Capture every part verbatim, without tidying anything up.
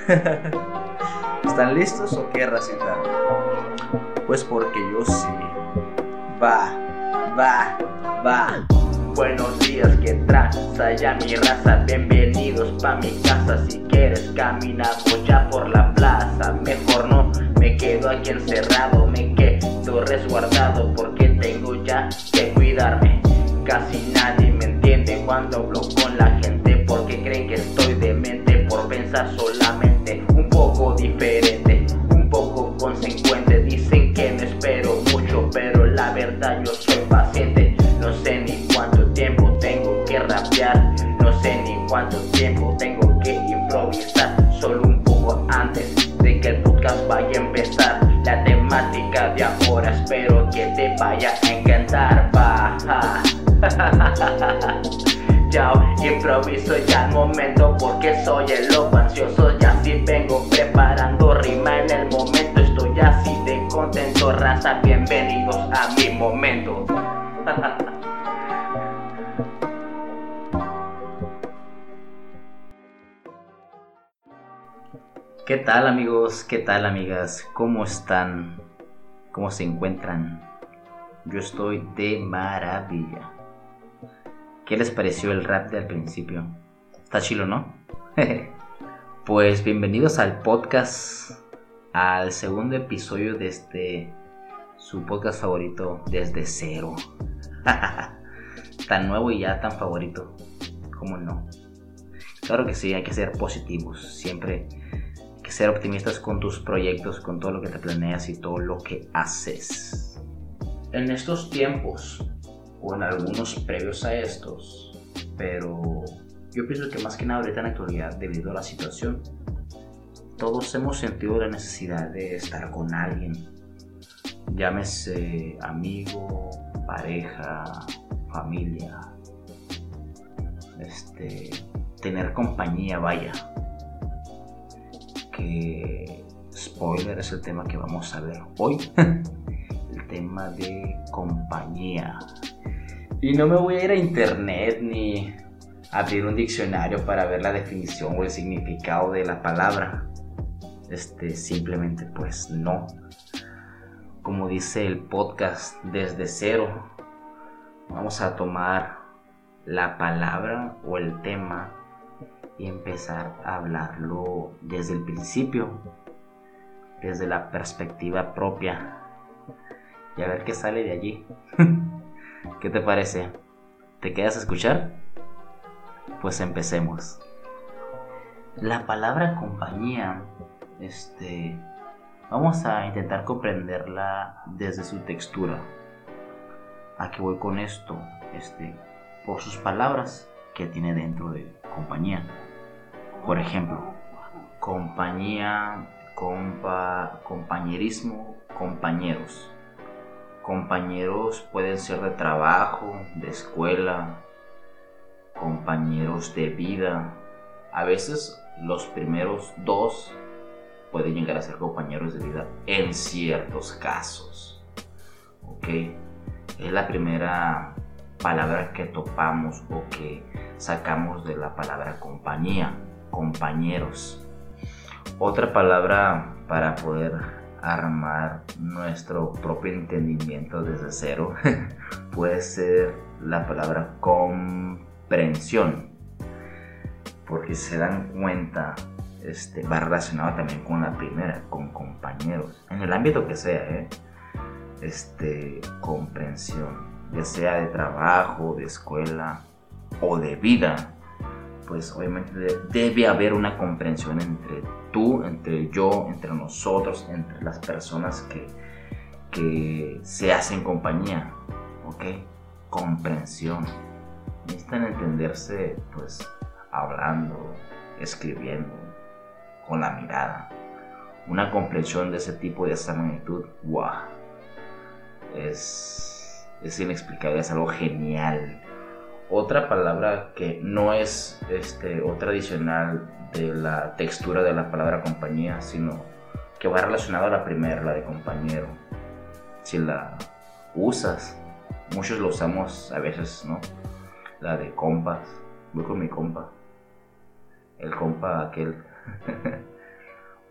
¿Están listos o qué, racita? Pues porque yo sí. Va, va, va. Buenos días, ¿qué traza ya mi raza? Bienvenidos pa' mi casa. Si quieres caminamos ya por la plaza. Mejor no, me quedo aquí encerrado. Me quedo resguardado porque tengo ya que cuidarme. Casi nadie me entiende cuando hablo con la gente, porque creen que estoy demente por pensar solamente un poco diferente, un poco consecuente. Dicen que no espero mucho, pero la verdad yo soy paciente. No sé ni cuánto tiempo tengo que rapear, no sé ni cuánto tiempo tengo que improvisar. Solo un poco antes de que el podcast vaya a empezar. La temática de ahora espero que te vaya a encantar. Baja. Chao, improviso ya el momento porque soy el loco ansioso. Ya así vengo preparando rima en el momento. Estoy así de contento, raza, bienvenidos a mi momento. ¿Qué tal, amigos? ¿Qué tal, amigas? ¿Cómo están? ¿Cómo se encuentran? Yo estoy de maravilla. ¿Qué les pareció el rap del principio? Está chilo, ¿no? Pues bienvenidos al podcast, al segundo episodio de este, su podcast favorito desde cero. Tan nuevo y ya tan favorito. ¿Cómo no? Claro que sí, hay que ser positivos. Siempre hay que ser optimistas con tus proyectos, con todo lo que te planeas y todo lo que haces. En estos tiempos, o en algunos previos a estos, pero yo pienso que más que nada ahorita en la actualidad, debido a la situación, todos hemos sentido la necesidad de estar con alguien, llámese amigo, pareja, familia, este, tener compañía, vaya, que spoiler es el tema que vamos a ver hoy, el tema de compañía. Y no me voy a ir a internet ni abrir un diccionario para ver la definición o el significado de la palabra. Este, simplemente pues no. Como dice el podcast desde cero, vamos a tomar la palabra o el tema y empezar a hablarlo desde el principio, desde la perspectiva propia, y a ver qué sale de allí. ¿Qué te parece? ¿Te quedas a escuchar? Pues empecemos. La palabra compañía, este, vamos a intentar comprenderla desde su textura. ¿A qué voy con esto? Este, por sus palabras que tiene dentro de compañía. Por ejemplo, compañía, compa, compañerismo, compañeros. Compañeros pueden ser de trabajo, de escuela, compañeros de vida. A veces los primeros dos pueden llegar a ser compañeros de vida en ciertos casos. ¿Ok? Es la primera palabra que topamos o que sacamos de la palabra compañía, compañeros. Otra palabra para poder armar nuestro propio entendimiento desde cero puede ser la palabra comprensión, porque si se dan cuenta, este, va relacionado también con la primera, con compañeros, en el ámbito que sea, ¿eh? este, comprensión, ya sea de trabajo, de escuela o de vida. Pues obviamente debe haber una comprensión entre tú, entre yo, entre nosotros, entre las personas que, que se hacen compañía, ¿ok? Comprensión. Necesitan entenderse, pues, hablando, escribiendo, con la mirada. Una comprensión de ese tipo, de esa magnitud, ¡wow! Es, es inexplicable, es algo genial. Otra palabra que no es este, o tradicional de la textura de la palabra compañía, sino que va relacionada a la primera, la de compañero. Si la usas, muchos lo usamos a veces, ¿no? La de compas, voy con mi compa, el compa aquel.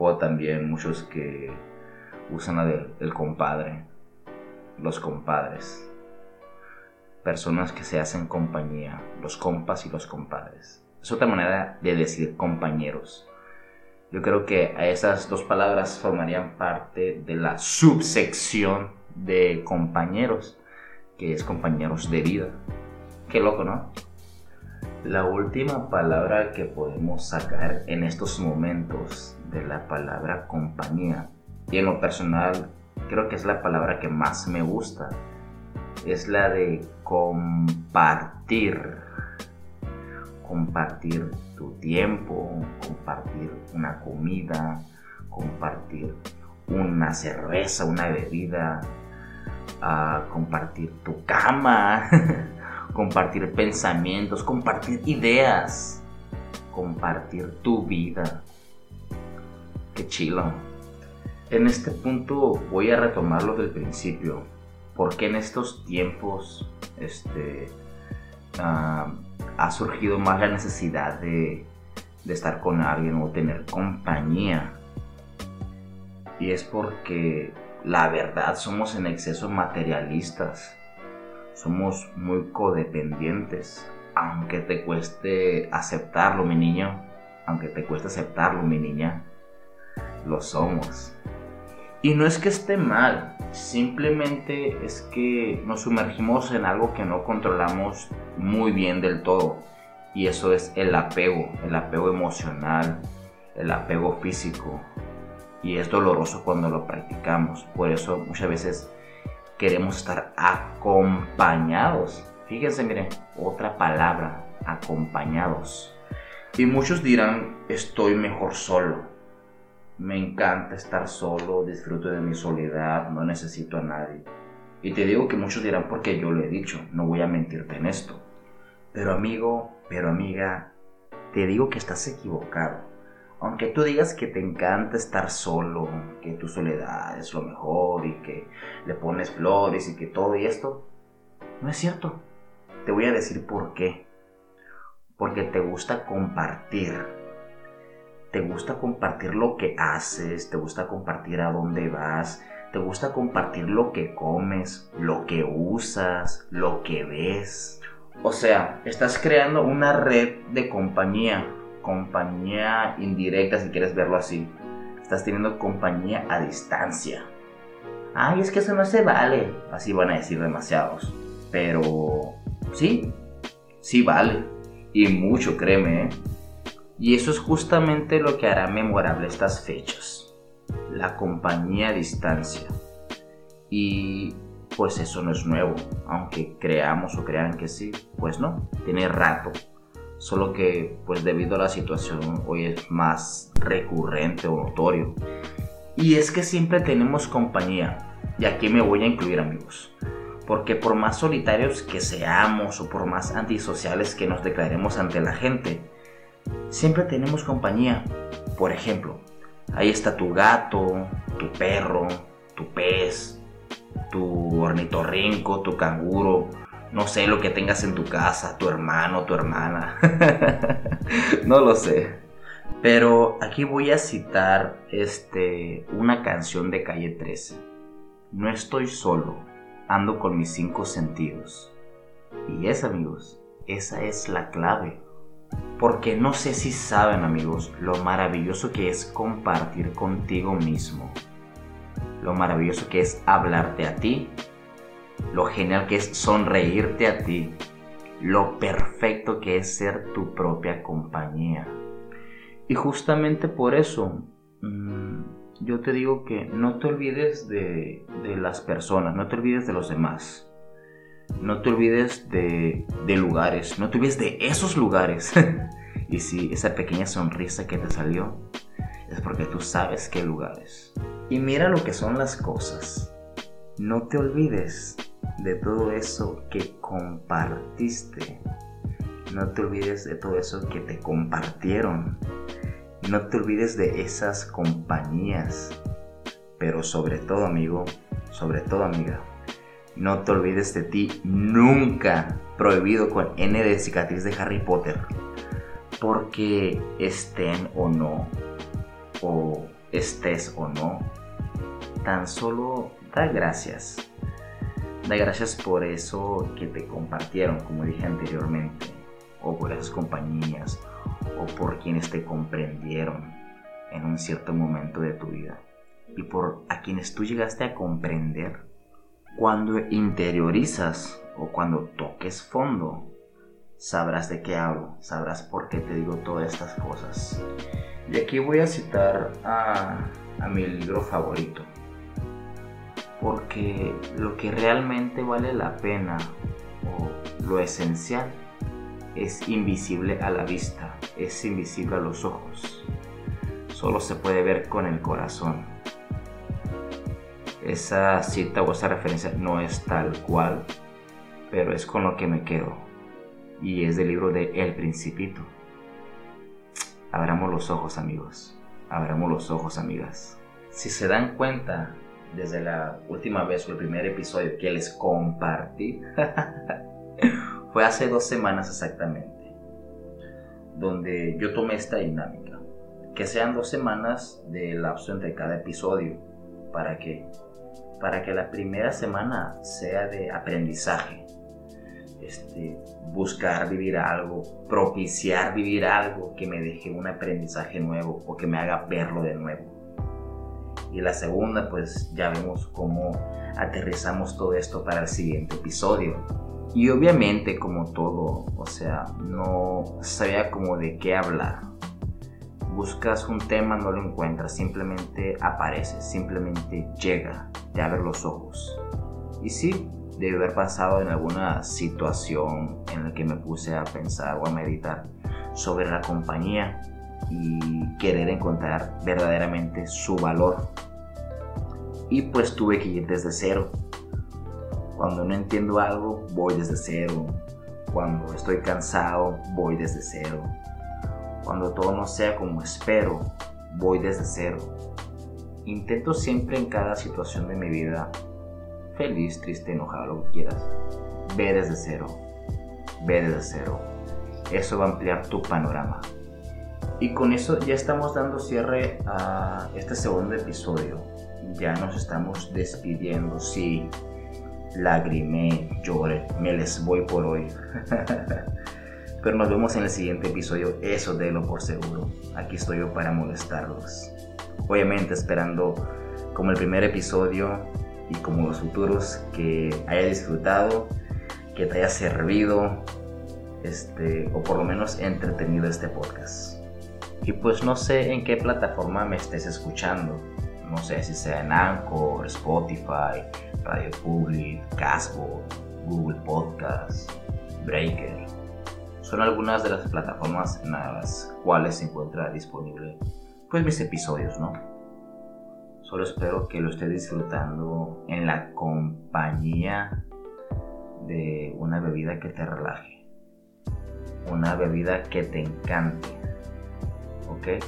O también muchos que usan la del el compadre, los compadres. Personas que se hacen compañía, los compas y los compadres. Es otra manera de decir compañeros. Yo creo que a esas dos palabras formarían parte de la subsección de compañeros, que es compañeros de vida. Qué loco, ¿no? La última palabra que podemos sacar en estos momentos de la palabra compañía, y en lo personal creo que es la palabra que más me gusta, es la de compartir. Compartir tu tiempo, compartir una comida, compartir una cerveza, una bebida, uh, compartir tu cama, compartir pensamientos, compartir ideas, compartir tu vida. Qué chilo. En este punto voy a retomarlo del principio. Porque en estos tiempos este, uh, ha surgido más la necesidad de, de estar con alguien o tener compañía. Y es porque la verdad somos en exceso materialistas. Somos muy codependientes. Aunque te cueste aceptarlo, mi niño. Aunque te cueste aceptarlo, mi niña. Lo somos. Y no es que esté mal, simplemente es que nos sumergimos en algo que no controlamos muy bien del todo. Y eso es el apego, el apego emocional, el apego físico. Y es doloroso cuando lo practicamos. Por eso muchas veces queremos estar acompañados. Fíjense, miren, otra palabra, acompañados. Y muchos dirán, estoy mejor solo. Me encanta estar solo, disfruto de mi soledad, no necesito a nadie. Y te digo que muchos dirán porque yo lo he dicho, no voy a mentirte en esto. Pero amigo, pero amiga, te digo que estás equivocado. Aunque tú digas que te encanta estar solo, que tu soledad es lo mejor y que le pones flores y que todo y esto, no es cierto. Te voy a decir por qué. Porque te gusta compartir. Te gusta compartir lo que haces, te gusta compartir a dónde vas, te gusta compartir lo que comes, lo que usas, lo que ves. O sea, estás creando una red de compañía, compañía indirecta si quieres verlo así. Estás teniendo compañía a distancia. Ay, es que eso no se vale. Así van a decir demasiados. Pero sí, sí vale. Y mucho, créeme, ¿eh? Y eso es justamente lo que hará memorable estas fechas. La compañía a distancia. Y pues eso no es nuevo. Aunque creamos o crean que sí, pues no, tiene rato. Solo que pues debido a la situación hoy es más recurrente o notorio. Y es que siempre tenemos compañía. Y aquí me voy a incluir, amigos. Porque por más solitarios que seamos o por más antisociales que nos declaremos ante la gente, siempre tenemos compañía. Por ejemplo, ahí está tu gato, tu perro, tu pez, tu ornitorrinco, tu canguro, no sé lo que tengas en tu casa, tu hermano, tu hermana. No lo sé. Pero aquí voy a citar este, una canción de Calle trece. No estoy solo, ando con mis cinco sentidos. Y esa, amigos, esa es la clave. Porque no sé si saben, amigos, lo maravilloso que es compartir contigo mismo. Lo maravilloso que es hablarte a ti. Lo genial que es sonreírte a ti. Lo perfecto que es ser tu propia compañía. Y justamente por eso, mmm, yo te digo que no te olvides de, de las personas, no te olvides de los demás. No te olvides de, de lugares, no te olvides de esos lugares. Y si esa pequeña sonrisa que te salió, es porque tú sabes qué lugares. Y mira lo que son las cosas. No te olvides de todo eso que compartiste. No te olvides de todo eso que te compartieron. No te olvides de esas compañías. Pero sobre todo, amigo, sobre todo, amiga, no te olvides de ti nunca. Prohibido con N de cicatriz de Harry Potter. Porque estén o no, o estés o no, tan solo da gracias. Da gracias por eso que te compartieron, como dije anteriormente, o por esas compañías, o por quienes te comprendieron en un cierto momento de tu vida, y por a quienes tú llegaste a comprender. Cuando interiorizas o cuando toques fondo, sabrás de qué hablo, sabrás por qué te digo todas estas cosas. Y aquí voy a citar a, a mi libro favorito, porque lo que realmente vale la pena o lo esencial es invisible a la vista, es invisible a los ojos, solo se puede ver con el corazón. Esa cita o esa referencia no es tal cual, pero es con lo que me quedo, y es del libro de El Principito. Abramos los ojos, amigos, abramos los ojos, amigas. Si se dan cuenta, desde la última vez o el primer episodio que les compartí fue hace dos semanas exactamente, donde yo tomé esta dinámica, que sean dos semanas de lapso entre cada episodio. ¿Para qué? Para que la primera semana sea de aprendizaje, este, buscar vivir algo, propiciar vivir algo que me deje un aprendizaje nuevo o que me haga verlo de nuevo. Y la segunda, pues ya vemos cómo aterrizamos todo esto para el siguiente episodio. Y obviamente, como todo, o sea, no sabía como de qué hablar. Buscas un tema, no lo encuentras, simplemente aparece, simplemente llega, te abre los ojos. Y sí, debe haber pasado en alguna situación en la que me puse a pensar o a meditar sobre la compañía y querer encontrar verdaderamente su valor. Y pues tuve que ir desde cero. Cuando no entiendo algo, voy desde cero. Cuando estoy cansado, voy desde cero. Cuando todo no sea como espero, voy desde cero. Intento siempre en cada situación de mi vida, feliz, triste, enojado, lo que quieras, ve desde cero. Ve desde cero. Eso va a ampliar tu panorama. Y con eso ya estamos dando cierre a este segundo episodio. Ya nos estamos despidiendo. Sí, lagrimé, lloré, me les voy por hoy. Pero nos vemos en el siguiente episodio, eso délo por seguro. Aquí estoy yo para molestarlos. Obviamente esperando, como el primer episodio y como los futuros, que haya disfrutado, que te haya servido, este, o por lo menos entretenido este podcast. Y pues no sé en qué plataforma me estés escuchando. No sé si sea en Anchor, Spotify, Radio Public, Castbox, Google Podcast, Breaker. Son algunas de las plataformas en las cuales se encuentra disponible pues mis episodios, ¿no? Solo espero que lo estés disfrutando en la compañía de una bebida que te relaje, una bebida que te encante, ¿ok?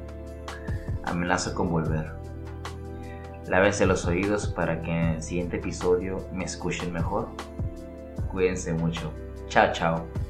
Amenazo con volver. Lávense los oídos para que en el siguiente episodio me escuchen mejor. Cuídense mucho. Chao, chao.